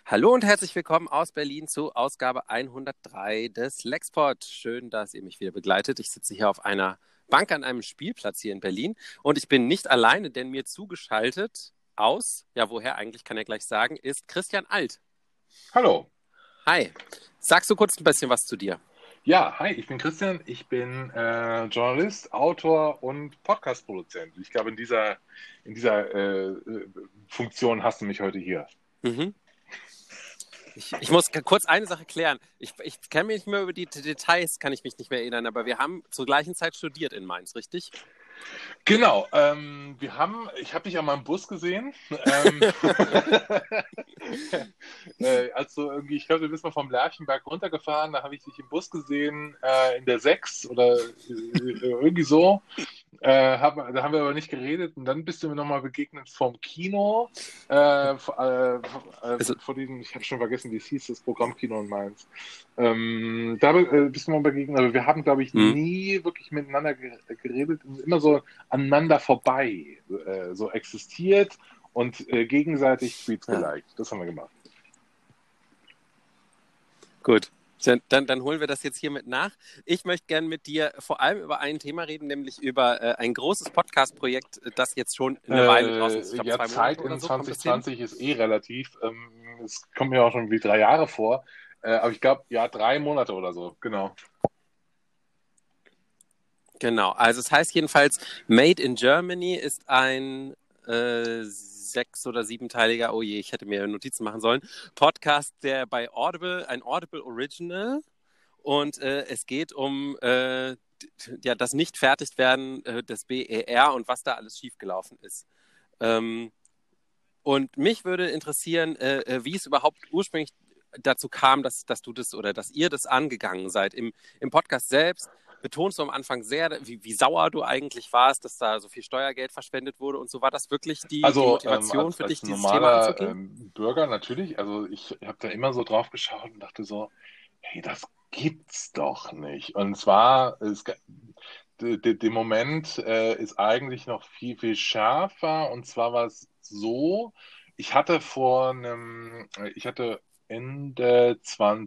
Hallo und herzlich willkommen aus Berlin zu Ausgabe 103 des Lexpod. Schön, dass ihr mich wieder begleitet. Ich sitze hier auf einer Bank an einem Spielplatz hier in Berlin und ich bin nicht alleine, denn mir zugeschaltet woher eigentlich, kann er gleich sagen, ist Christian Alt. Hallo. Hi. Sagst du kurz ein bisschen was zu dir? Ja, hi, ich bin Christian. Ich bin Journalist, Autor und Podcast-Produzent. Ich glaube, in dieser Funktion hast du mich heute hier. Mhm. Ich muss kurz eine Sache klären. Ich kann mich nicht mehr über die Details, kann ich mich nicht mehr erinnern, aber wir haben zur gleichen Zeit studiert in Mainz, richtig? Genau, ich habe dich an meinem Bus gesehen. Ich glaube, du bist mal vom Lerchenberg runtergefahren, da habe ich dich im Bus gesehen, in der 6 oder irgendwie so. Da haben wir aber nicht geredet und dann bist du mir nochmal begegnet vom Kino, Also, vor diesem, ich habe schon vergessen, wie es hieß, das Programmkino in Mainz. Da bist du mal begegnet, aber wir haben, glaube ich, hm. nie wirklich miteinander geredet, immer so aneinander vorbei so existiert und gegenseitig Tweets Ja. geliked. Das haben wir gemacht. Gut. Dann holen wir das jetzt hiermit nach. Ich möchte gerne mit dir vor allem über ein Thema reden, nämlich über ein großes Podcast-Projekt, das jetzt schon eine Weile draußen ist. Ich glaube, Ja, 2 Monate Zeit oder in so kommt das hin. 2020 ist eh relativ. Es kommt mir auch schon wie 3 Jahre vor. Aber ich glaube, ja, 3 Monate oder so, genau. Genau. Also es heißt jedenfalls, Made in Germany ist ein 6- oder 7-teiliger, oh je, ich hätte mir Notizen machen sollen, Podcast, der bei Audible, ein Audible Original, und es geht um das Nicht-Fertigwerden des BER und was da alles schiefgelaufen ist. Ähm, Und mich würde interessieren, wie es überhaupt ursprünglich dazu kam, dass du das oder dass ihr das angegangen seid. Im Podcast selbst betonst du am Anfang sehr, wie sauer du eigentlich warst, dass da so viel Steuergeld verschwendet wurde und so. War das wirklich die Also Motivation für dich, als dieses Thema normaler anzugehen? Bürger natürlich. Also ich habe da immer so drauf geschaut und dachte so, hey, das gibt's doch nicht. Und zwar, der Moment ist eigentlich noch viel, viel schärfer. Und zwar war es so, ich hatte Ende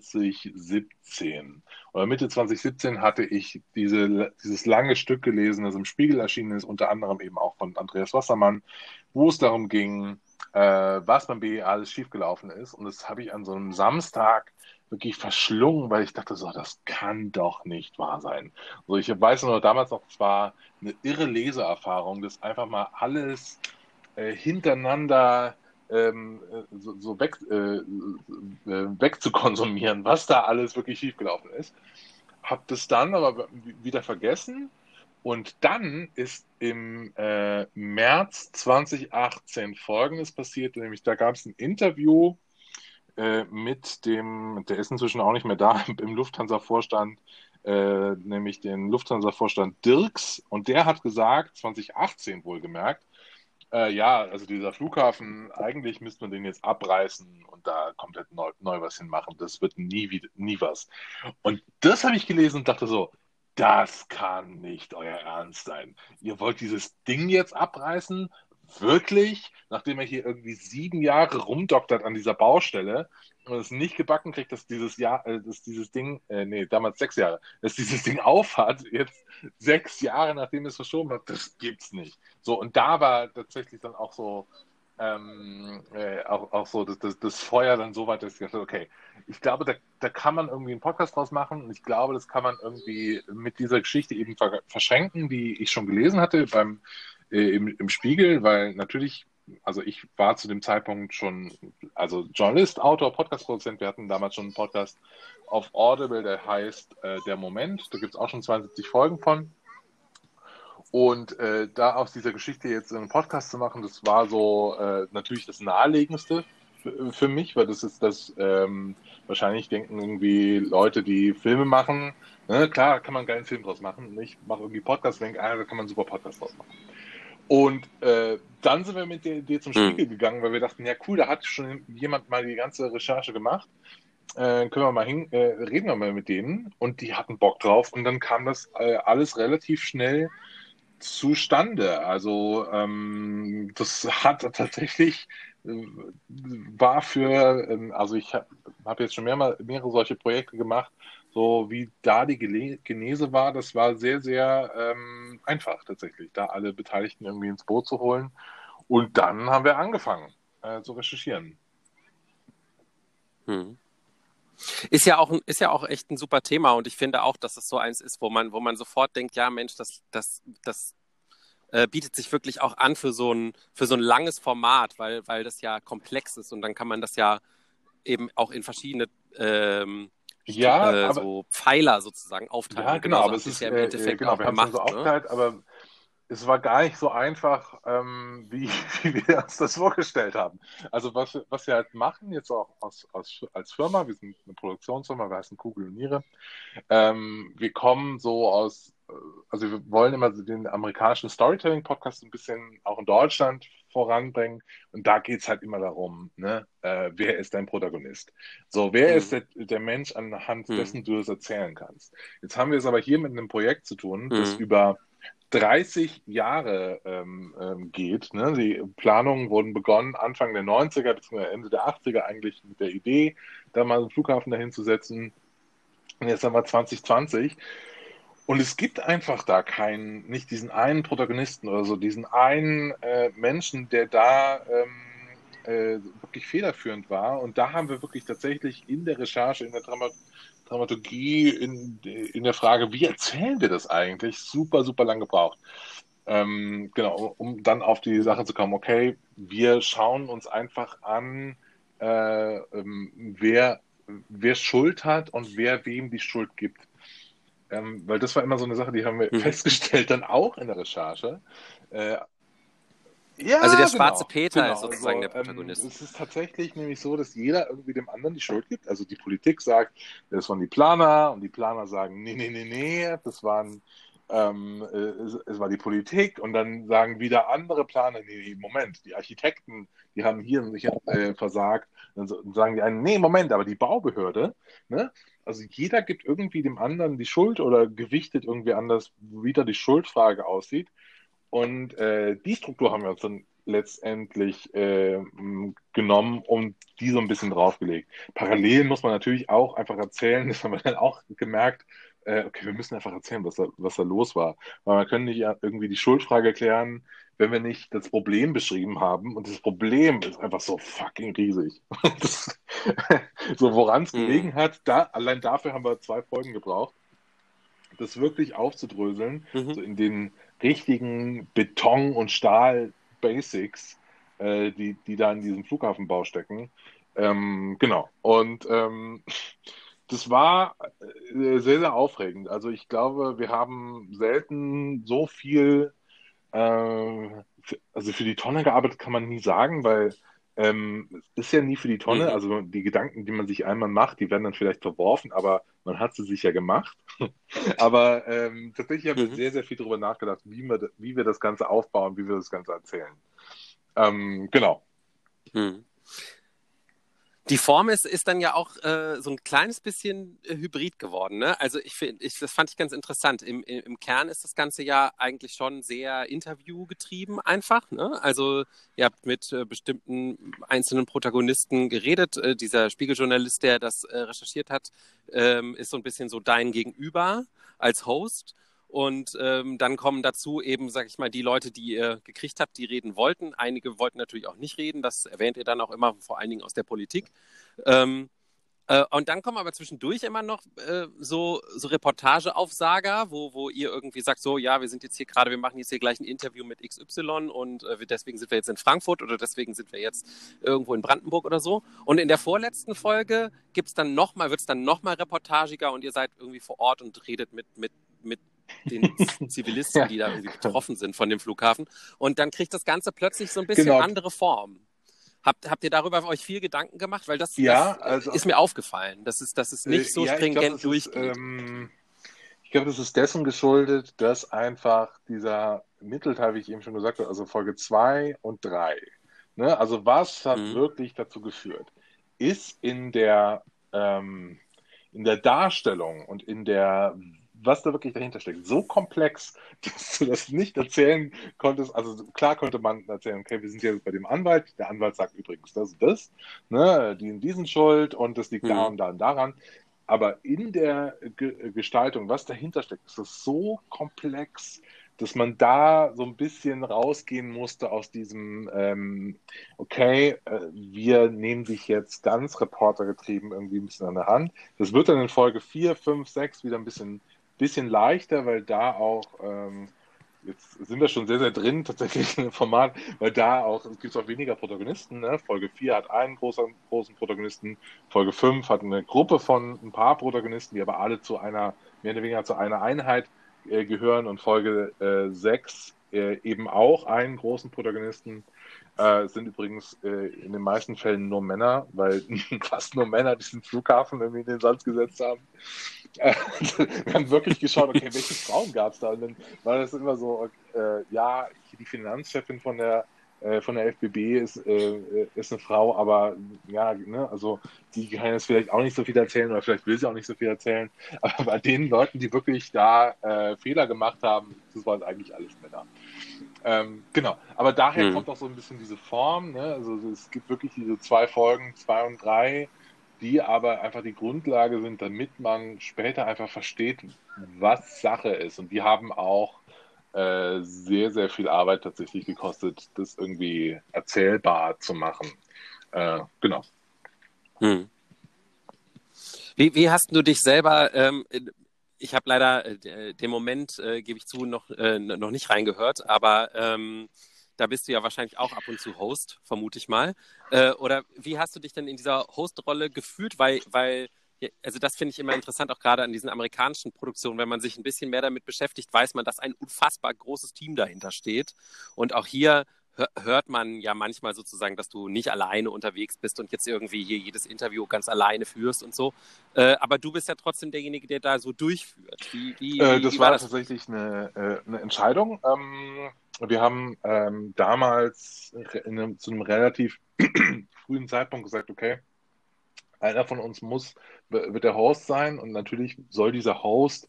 2017 oder Mitte 2017 hatte ich dieses lange Stück gelesen, das im Spiegel erschienen ist, unter anderem eben auch von Andreas Wassermann, wo es darum ging, was beim BE alles schiefgelaufen ist. Und das habe ich an so einem Samstag wirklich verschlungen, weil ich dachte so, das kann doch nicht wahr sein. Also ich weiß nur damals noch, es war eine irre Leseerfahrung, das einfach mal alles hintereinander wegzukonsumieren, was da alles wirklich schiefgelaufen ist. Hab das dann aber wieder vergessen und dann ist im März 2018 Folgendes passiert, nämlich da gab es ein Interview mit der ist inzwischen auch nicht mehr da, im Lufthansa-Vorstand, nämlich den Lufthansa-Vorstand Dirks. Und der hat gesagt, 2018 wohlgemerkt, ja, also dieser Flughafen, eigentlich müsste man den jetzt abreißen und da komplett neu was hinmachen. Das wird nie was. Und das habe ich gelesen und dachte so, das kann nicht euer Ernst sein. Ihr wollt dieses Ding jetzt abreißen? Wirklich? Nachdem er hier irgendwie 7 Jahre rumdoktert an dieser Baustelle und es nicht gebacken kriegt, dass dieses Ding, nee, damals 6 Jahre, dass dieses Ding aufhat, jetzt 6 Jahre nachdem es verschoben hat, das gibt's nicht. So, und da war tatsächlich dann auch so, auch so das Feuer dann so weit, dass ich dachte, okay, ich glaube, da kann man irgendwie einen Podcast draus machen und ich glaube, das kann man irgendwie mit dieser Geschichte eben verschränken, die ich schon gelesen hatte im Spiegel, weil natürlich, also ich war zu dem Zeitpunkt schon, also Journalist, Autor, Podcast-Produzent, wir hatten damals schon einen Podcast auf Audible, der heißt Der Moment, da gibt es auch schon 72 Folgen von. Und da aus dieser Geschichte jetzt einen Podcast zu machen, das war so natürlich das Naheliegendste für mich, weil das ist wahrscheinlich denken irgendwie Leute, die Filme machen, ne, klar, kann man einen geilen Film draus machen. Ich mache irgendwie Podcast, denke, da kann man einen super Podcast draus machen. Und dann sind wir mit der Idee zum Hm. Spiegel gegangen, weil wir dachten, ja cool, da hat schon jemand mal die ganze Recherche gemacht. Können wir mal reden wir mal mit denen. Und die hatten Bock drauf. Und dann kam das alles relativ schnell zustande. Also das hat tatsächlich war also ich hab jetzt schon mehrere solche Projekte gemacht, so wie da die Genese war, das war sehr, sehr einfach tatsächlich, da alle Beteiligten irgendwie ins Boot zu holen. Und dann haben wir angefangen zu recherchieren. Hm. Ist ja auch echt ein super Thema und ich finde auch, dass es so eins ist, wo man sofort denkt, ja Mensch, das bietet sich wirklich auch an für so ein langes Format, weil das ja komplex ist und dann kann man das ja eben auch in verschiedene Ja, aber so Pfeiler sozusagen aufteilen. ja, Und genau, genauso aber es habt ihr es ist, ja im Endeffekt genau, auch wir haben es dann so gemacht, ne? aufgeteilt, aber es war gar nicht so einfach, wie wir uns das vorgestellt haben. Also was wir halt machen, jetzt auch als Firma, wir sind eine Produktionsfirma, wir heißen Kugel und Niere. Wir kommen so also wir wollen immer so den amerikanischen Storytelling-Podcast ein bisschen auch in Deutschland voranbringen. Und da geht es halt immer darum, ne, wer ist dein Protagonist? So, wer ist Hm. der Mensch, anhand Hm. dessen du es erzählen kannst? Jetzt haben wir es aber hier mit einem Projekt zu tun, das Hm. über 30 Jahre geht. Ne? Die Planungen wurden begonnen Anfang der 90er bzw. Ende der 80er eigentlich mit der Idee, da mal einen Flughafen dahin zu setzen. Und jetzt haben wir 2020 und es gibt einfach da nicht diesen einen Protagonisten oder so, diesen einen Menschen, der da wirklich federführend war. Und da haben wir wirklich tatsächlich in der Recherche, in der Dramaturgie, in der Frage, wie erzählen wir das eigentlich, super, super lang gebraucht. Genau, dann auf die Sache zu kommen, okay, wir schauen uns einfach an, wer Schuld hat und wer wem die Schuld gibt. Weil das war immer so eine Sache, die haben wir Hm. festgestellt dann auch in der Recherche. Äh, Also ja, der schwarze genau, Peter ist genau. sozusagen Also der Protagonist. es ist tatsächlich nämlich so, dass jeder irgendwie dem anderen die Schuld gibt. Also die Politik sagt, das waren die Planer und die Planer sagen, nee, nee, nee, nee, es war die Politik und dann sagen wieder andere Planer, nee, nee, Moment, die Architekten, die haben hier und hier versagt. Dann sagen die einen, nee, Moment, aber die Baubehörde, ne? Also jeder gibt irgendwie dem anderen die Schuld oder gewichtet irgendwie anders, wie da die Schuldfrage aussieht. Und die Struktur haben wir uns dann letztendlich genommen und die so ein bisschen draufgelegt. Parallel muss man natürlich auch einfach erzählen, das haben wir dann auch gemerkt, okay, wir müssen einfach erzählen, was da los war. Weil man kann nicht irgendwie die Schuldfrage klären, wenn wir nicht das Problem beschrieben haben. Und das Problem ist einfach so fucking riesig. Das, so woran es Hm. gelegen hat, allein dafür haben wir 2 Folgen gebraucht, das wirklich aufzudröseln, Mhm. so in den richtigen Beton- und Stahl-Basics, die da in diesem Flughafenbau stecken. Genau. Und das war sehr, sehr aufregend. Also ich glaube, wir haben selten so viel also für die Tonne gearbeitet kann man nie sagen, weil es ist ja nie für die Tonne. Mhm. Also die Gedanken, die man sich einmal macht, die werden dann vielleicht verworfen, aber man hat sie sich ja gemacht. Aber tatsächlich haben wir Mhm. sehr, sehr viel darüber nachgedacht, wie wir das Ganze aufbauen, wie wir das Ganze erzählen. Genau. Mhm. Die Form ist dann ja auch so ein kleines bisschen hybrid geworden, ne? Also das fand ich ganz interessant. Im Kern ist das Ganze ja eigentlich schon sehr interviewgetrieben einfach, ne? Also ihr habt mit bestimmten einzelnen Protagonisten geredet. Dieser Spiegeljournalist, der das recherchiert hat, ist so ein bisschen so dein Gegenüber als Host. Und dann kommen dazu eben, sag ich mal, die Leute, die ihr gekriegt habt, die reden wollten. Einige wollten natürlich auch nicht reden. Das erwähnt ihr dann auch immer, vor allen Dingen aus der Politik. Ähm, und dann kommen aber zwischendurch immer noch so Reportageaufsager, wo ihr irgendwie sagt, so, ja, wir sind jetzt hier gerade, wir machen jetzt hier gleich ein Interview mit XY und deswegen sind wir jetzt in Frankfurt oder deswegen sind wir jetzt irgendwo in Brandenburg oder so. Und in der vorletzten Folge wird es dann nochmal reportagiger und ihr seid irgendwie vor Ort und redet mit den Zivilisten, Ja, die da irgendwie betroffen sind von dem Flughafen. Und dann kriegt das Ganze plötzlich so ein bisschen genau. andere Form. Habt ihr darüber euch viel Gedanken gemacht? Weil das Ja, also ist mir aufgefallen. Das ist nicht so ja, stringent durchgeht. ich glaube, das ist dessen geschuldet, dass einfach dieser Mittelteil, wie ich eben schon gesagt habe, also Folge 2 und 3, ne, also was hat Mhm. wirklich dazu geführt, ist in der Darstellung und was da wirklich dahinter steckt, so komplex, dass du das nicht erzählen konntest. Also klar könnte man erzählen, okay, wir sind jetzt bei dem Anwalt, der Anwalt sagt übrigens das und das, ne, die und diesen schuld und das liegt da Mhm. und da und daran. Aber in der Gestaltung, was dahinter steckt, ist das so komplex, dass man da so ein bisschen rausgehen musste aus diesem, okay, wir nehmen dich jetzt ganz reportergetrieben irgendwie ein bisschen an der Hand. Das wird dann in Folge 4, 5, 6 wieder ein bisschen leichter, weil da auch, jetzt sind wir schon sehr, sehr drin tatsächlich in dem Format, weil da auch, es gibt auch weniger Protagonisten. Ne? Folge 4 hat einen großen Protagonisten, Folge 5 hat eine Gruppe von ein paar Protagonisten, die aber alle mehr oder weniger zu einer Einheit gehören und Folge 6 eben auch einen großen Protagonisten. Sind übrigens in den meisten Fällen nur Männer, weil fast nur Männer diesen Flughafen irgendwie in den Sand gesetzt haben. Wir haben wirklich geschaut, okay, welche Frauen gab es da? Und dann war das immer so, ja, die Finanzchefin von der FBB ist eine Frau, aber ja, ne, also die kann jetzt vielleicht auch nicht so viel erzählen oder vielleicht will sie auch nicht so viel erzählen. Aber bei den Leuten, die wirklich da Fehler gemacht haben, das waren eigentlich alles Männer. Genau, aber daher Mhm. kommt auch so ein bisschen diese Form. Ne? Also es gibt wirklich diese 2 Folgen, 2 und 3, die aber einfach die Grundlage sind, damit man später einfach versteht, was Sache ist. Und die haben auch sehr, sehr viel Arbeit tatsächlich gekostet, das irgendwie erzählbar zu machen. Genau. Mhm. Wie hast du dich selber, ich habe leider den Moment, gebe ich zu, noch nicht reingehört, aber da bist du ja wahrscheinlich auch ab und zu Host, vermute ich mal. Oder wie hast du dich denn in dieser Host-Rolle gefühlt? Also das finde ich immer interessant, auch gerade an diesen amerikanischen Produktionen, wenn man sich ein bisschen mehr damit beschäftigt, weiß man, dass ein unfassbar großes Team dahinter steht. Und auch hier hört man ja manchmal sozusagen, dass du nicht alleine unterwegs bist und jetzt irgendwie hier jedes Interview ganz alleine führst und so. Aber du bist ja trotzdem derjenige, der da so durchführt. Das Wie war war das für dich? tatsächlich eine Entscheidung. Wir haben damals zu einem relativ frühen Zeitpunkt gesagt, okay, einer von uns wird der Host sein und natürlich soll dieser Host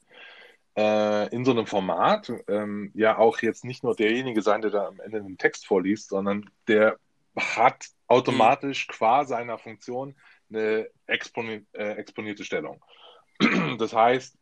in so einem Format ja auch jetzt nicht nur derjenige sein, der da am Ende den Text vorliest, sondern der hat Hm, automatisch qua seiner Funktion eine exponierte Stellung. Das heißt,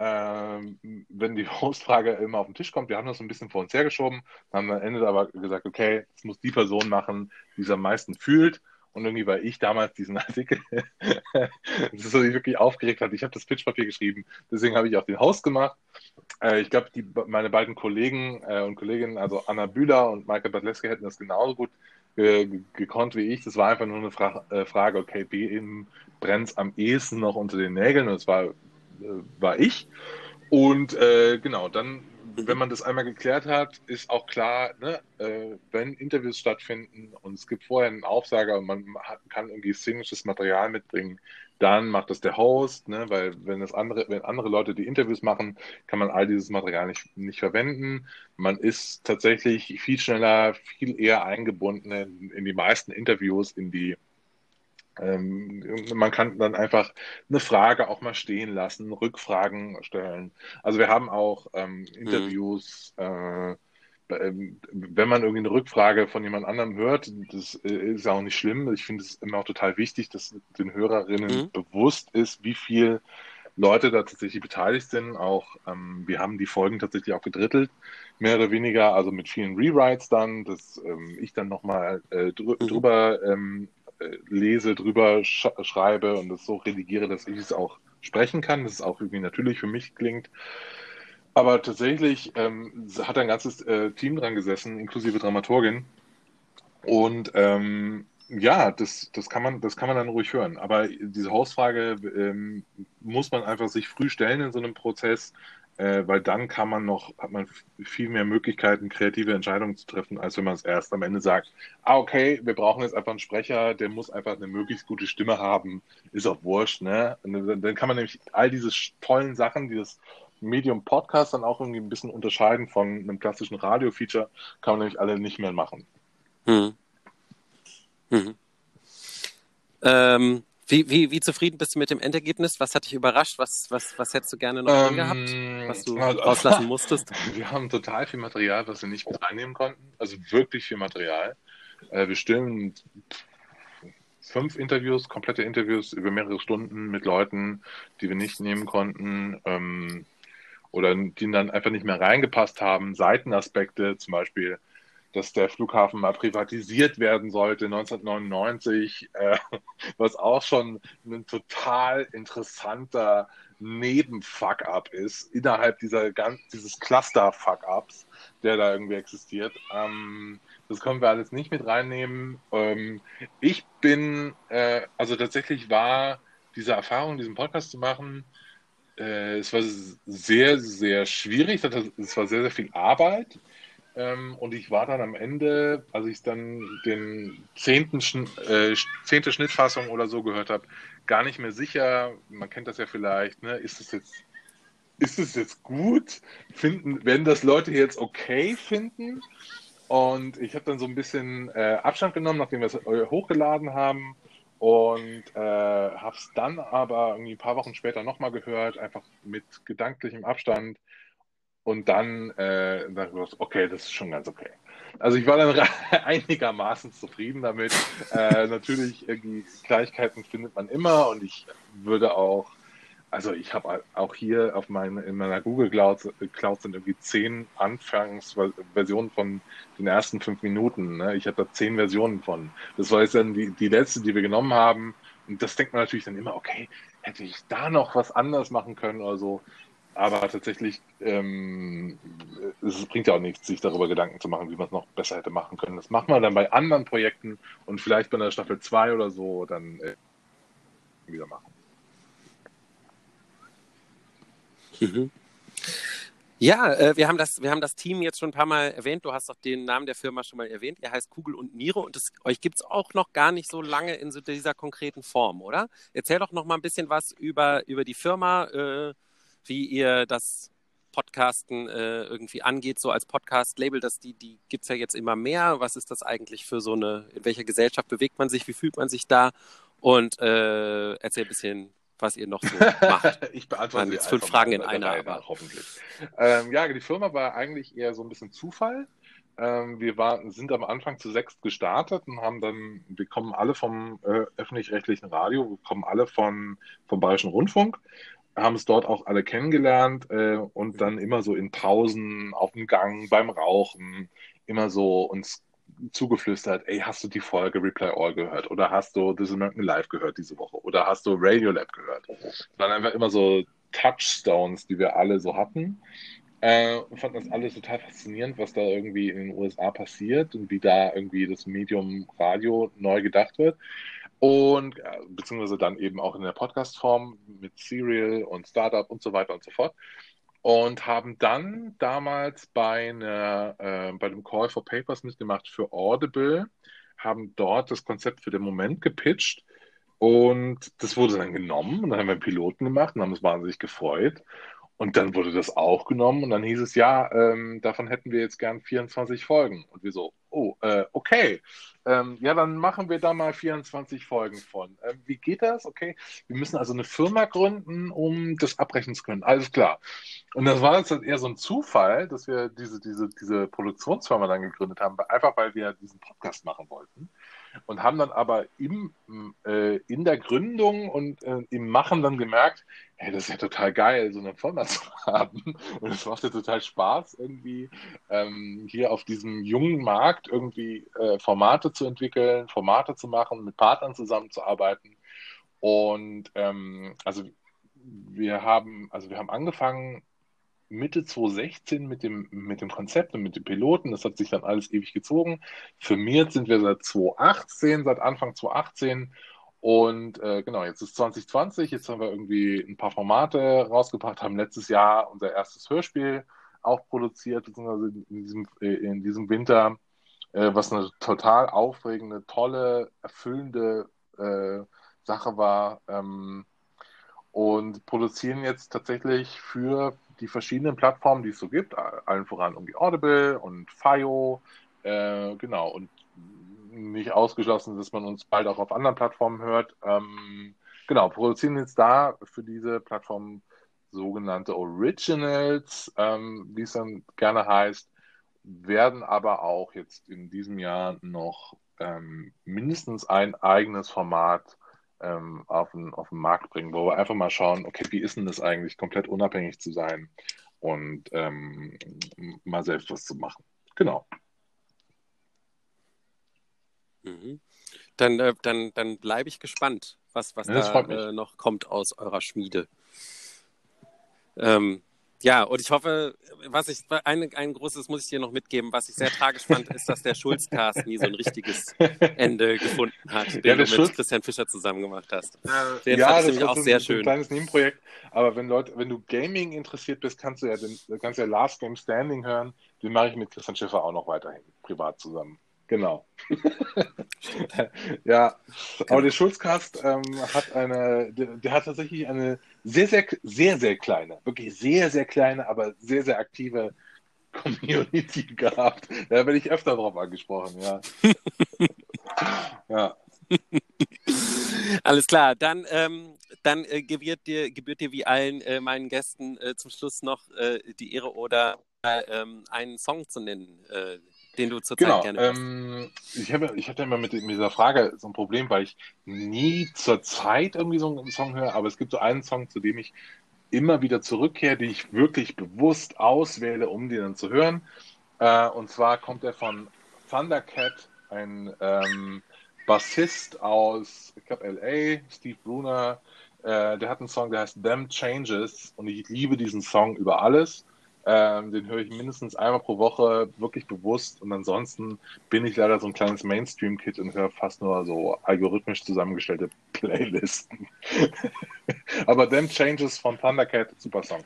wenn die Hostfrage immer auf den Tisch kommt, wir haben das so ein bisschen vor uns hergeschoben, haben am Ende aber gesagt, okay, das muss die Person machen, die es am meisten fühlt. Und irgendwie war ich damals diesen Artikel, das ist, was mich wirklich aufgeregt hat. Ich habe das Pitchpapier geschrieben, deswegen habe ich auch den Host gemacht. Ich glaube, meine beiden Kollegen und Kolleginnen, also Anna Bühler und Maike Badleski, hätten das genauso gut gekonnt wie ich. Das war einfach nur eine Frage, okay, wem brennt es am ehesten noch unter den Nägeln? Und das war ich. Und genau, dann, wenn mhm, man das einmal geklärt hat, ist auch klar, ne, wenn Interviews stattfinden und es gibt vorher einen Aufsager und man kann irgendwie szenisches Material mitbringen, dann macht das der Host, ne, weil wenn andere Leute die Interviews machen, kann man all dieses Material nicht verwenden. Man ist tatsächlich viel schneller, viel eher eingebunden in die meisten Interviews, man kann dann einfach eine Frage auch mal stehen lassen, Rückfragen stellen. Also wir haben auch mhm, Interviews, wenn man irgendwie eine Rückfrage von jemand anderem hört, das ist auch nicht schlimm. Ich finde es immer auch total wichtig, dass den Hörerinnen mhm, bewusst ist, wie viel Leute da tatsächlich beteiligt sind. Auch wir haben die Folgen tatsächlich auch gedrittelt, mehr oder weniger, also mit vielen Rewrites dann, dass ich dann nochmal mhm, drüber lese, drüber schreibe und das so redigiere, dass ich es auch sprechen kann, dass es auch irgendwie natürlich für mich klingt. Aber tatsächlich hat ein ganzes Team dran gesessen, inklusive Dramaturgin. Und ja, das kann man dann ruhig hören. Aber diese Hausfrage muss man einfach sich früh stellen in so einem Prozess, weil dann hat man viel mehr Möglichkeiten, kreative Entscheidungen zu treffen, als wenn man es erst am Ende sagt, okay, wir brauchen jetzt einfach einen Sprecher, der muss einfach eine möglichst gute Stimme haben, ist auch wurscht, ne? Und dann kann man nämlich all diese tollen Sachen, die das Medium Podcast dann auch irgendwie ein bisschen unterscheiden von einem klassischen Radio-Feature, kann man nämlich alle nicht mehr machen. mhm, mhm. Ähm, Wie zufrieden bist du mit dem Endergebnis? Was hat dich überrascht? Was hättest du gerne noch drin gehabt, was du Also, rauslassen musstest? wir haben total viel Material, was wir nicht mit reinnehmen konnten. Also wirklich viel Material. Wir stellen 5 Interviews, komplette Interviews über mehrere Stunden mit Leuten, die wir nicht nehmen konnten, oder die dann einfach nicht mehr reingepasst haben. Seitenaspekte, zum Beispiel, dass der Flughafen mal privatisiert werden sollte 1999, was auch schon ein total interessanter Neben-Fuck-up ist, innerhalb dieses Cluster-Fuck-ups, der da irgendwie existiert. Das können wir alles nicht mit reinnehmen. Also tatsächlich war diese Erfahrung, diesen Podcast zu machen, es war sehr, sehr schwierig. Es war sehr, sehr viel Arbeit. Und ich war dann am Ende, als ich dann den 10. Schnittfassung oder so gehört habe, gar nicht mehr sicher. Man kennt das ja vielleicht, ne? Ist es jetzt gut? Werden das Leute jetzt okay finden? Und ich habe dann so ein bisschen Abstand genommen, nachdem wir es hochgeladen haben. Und habe es dann aber irgendwie ein paar Wochen später nochmal gehört, einfach mit gedanklichem Abstand. Und dann dachte ich, okay, das ist schon ganz okay. Also ich war dann einigermaßen zufrieden damit. Natürlich, irgendwie Gleichheiten findet man immer, und ich würde auch, also ich habe auch hier in meiner Google Cloud sind irgendwie 10 Anfangsversionen von den ersten 5 Minuten. Ne? Ich habe da 10 Versionen von. Das war jetzt dann die letzte, die wir genommen haben. Und das denkt man natürlich dann immer, okay, hätte ich da noch was anders machen können oder so. Aber tatsächlich, es bringt ja auch nichts, sich darüber Gedanken zu machen, wie man es noch besser hätte machen können. Das macht man dann bei anderen Projekten und vielleicht bei der Staffel 2 oder so dann wieder machen. Mhm. Ja, wir haben das Team jetzt schon ein paar Mal erwähnt. Du hast doch den Namen der Firma schon mal erwähnt. Ihr heißt Kugel und Niere, und euch gibt es auch noch gar nicht so lange in so dieser konkreten Form, oder? Erzähl doch noch mal ein bisschen was über die Firma, wie ihr das Podcasten irgendwie angeht, so als Podcast-Label. Die gibt es ja jetzt immer mehr. Was ist das eigentlich für so in welcher Gesellschaft bewegt man sich? Wie fühlt man sich da? Und erzähl ein bisschen, was ihr noch so macht. Ich beantworte jetzt sie 5 einfach Fragen mal in einer, dabei aber. nach, hoffentlich. Ja, die Firma war eigentlich eher so ein bisschen Zufall. Sind am Anfang zu 6 gestartet und wir kommen alle vom öffentlich-rechtlichen Radio, wir kommen alle vom Bayerischen Rundfunk, haben es dort auch alle kennengelernt, und dann immer so in Pausen, auf dem Gang, beim Rauchen, immer so uns zugeflüstert, ey, hast du die Folge Reply All gehört? Oder hast du This American Life gehört diese Woche? Oder hast du Radiolab gehört? Das waren einfach immer so Touchstones, die wir alle so hatten. Und fanden das alles total faszinierend, was da irgendwie in den USA passiert und wie da irgendwie das Medium Radio neu gedacht wird. Und beziehungsweise dann eben auch in der Podcast-Form mit Serial und Startup und so weiter und so fort. Und haben dann damals bei dem Call for Papers mitgemacht für Audible, haben dort das Konzept für den Moment gepitcht, und das wurde dann genommen, und dann haben wir einen Piloten gemacht und haben uns wahnsinnig gefreut. Und dann wurde das auch genommen, und dann hieß es, ja, davon hätten wir jetzt gern 24 Folgen. Und wir so, oh, okay. Ja, dann machen wir da mal 24 Folgen von. Wie geht das? Okay, wir müssen also eine Firma gründen, um das abbrechen zu können. Alles klar. Und das war jetzt halt eher so ein Zufall, dass wir diese Produktionsfirma dann gegründet haben, einfach weil wir diesen Podcast machen wollten. Und haben dann aber in der Gründung und im Machen dann gemerkt, hey, das ist ja total geil, so eine Firma zu haben. Und es macht ja total Spaß, irgendwie hier auf diesem jungen Markt irgendwie Formate zu entwickeln, Formate zu machen, mit Partnern zusammenzuarbeiten. Und wir haben angefangen Mitte 2016 mit dem Konzept und mit dem Piloten. Das hat sich dann alles ewig gezogen. Firmiert sind wir seit Anfang 2018. Und genau, jetzt ist 2020, jetzt haben wir irgendwie ein paar Formate rausgebracht, haben letztes Jahr unser erstes Hörspiel auch produziert, beziehungsweise in diesem Winter, was eine total aufregende, tolle, erfüllende Sache war. Und produzieren jetzt tatsächlich für die verschiedenen Plattformen, die es so gibt, allen voran irgendwie Audible und FIO, genau, und nicht ausgeschlossen, dass man uns bald auch auf anderen Plattformen hört. Genau, produzieren jetzt da für diese Plattform sogenannte Originals, wie es dann gerne heißt, werden aber auch jetzt in diesem Jahr noch mindestens ein eigenes Format auf den Markt bringen, wo wir einfach mal schauen, okay, wie ist denn das eigentlich, komplett unabhängig zu sein und mal selbst was zu machen. Genau. Mhm. Dann bleibe ich gespannt, was Das freut mich. da noch kommt aus eurer Schmiede. Ja, und ich hoffe, ein großes muss ich dir noch mitgeben, was ich sehr tragisch fand, ist, dass der Schulz-Cast nie so ein richtiges Ende gefunden hat, Ja, den der du mit Schulz, Christian Fischer zusammen gemacht hast. Den fand ja, ich das nämlich war auch so sehr so ein schön. kleines Nebenprojekt. Aber wenn du Gaming interessiert bist, kannst du ja Last Game Standing hören. Den mache ich mit Christian Schiffer auch noch weiterhin privat zusammen. Genau. Stimmt, Ja, aber der genau. Schulzcast der hat tatsächlich eine sehr, sehr, sehr, sehr kleine, wirklich sehr, sehr kleine, aber sehr, sehr aktive Community gehabt. Da werde ich öfter drauf angesprochen, ja. Ja, Alles klar, dann gebührt dir wie allen meinen Gästen zum Schluss noch die Ehre oder einen Song zu nennen, den du zurzeit genau. gerne hörst. Ich hatte immer mit dieser Frage so ein Problem, weil ich nie zur Zeit irgendwie so einen Song höre, aber es gibt so einen Song, zu dem ich immer wieder zurückkehre, den ich wirklich bewusst auswähle, um den dann zu hören. Und zwar kommt er von Thundercat, ein Bassist aus, ich glaube, LA, Steve Bruner. Der hat einen Song, der heißt Them Changes und ich liebe diesen Song über alles. Den höre ich mindestens einmal pro Woche wirklich bewusst und ansonsten bin ich leider so ein kleines Mainstream-Kid und höre fast nur so algorithmisch zusammengestellte Playlisten. Aber Them Changes von Thundercat, super Song.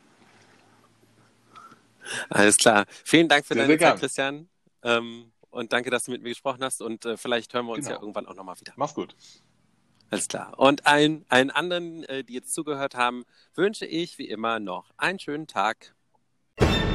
Alles klar. Vielen Dank für Sehr, sehr deine Zeit, gern. Christian. Und danke, dass du mit mir gesprochen hast. Und vielleicht hören wir uns ja Genau. irgendwann auch nochmal wieder. Mach's gut. Alles klar. Und allen anderen, die jetzt zugehört haben, wünsche ich wie immer noch einen schönen Tag.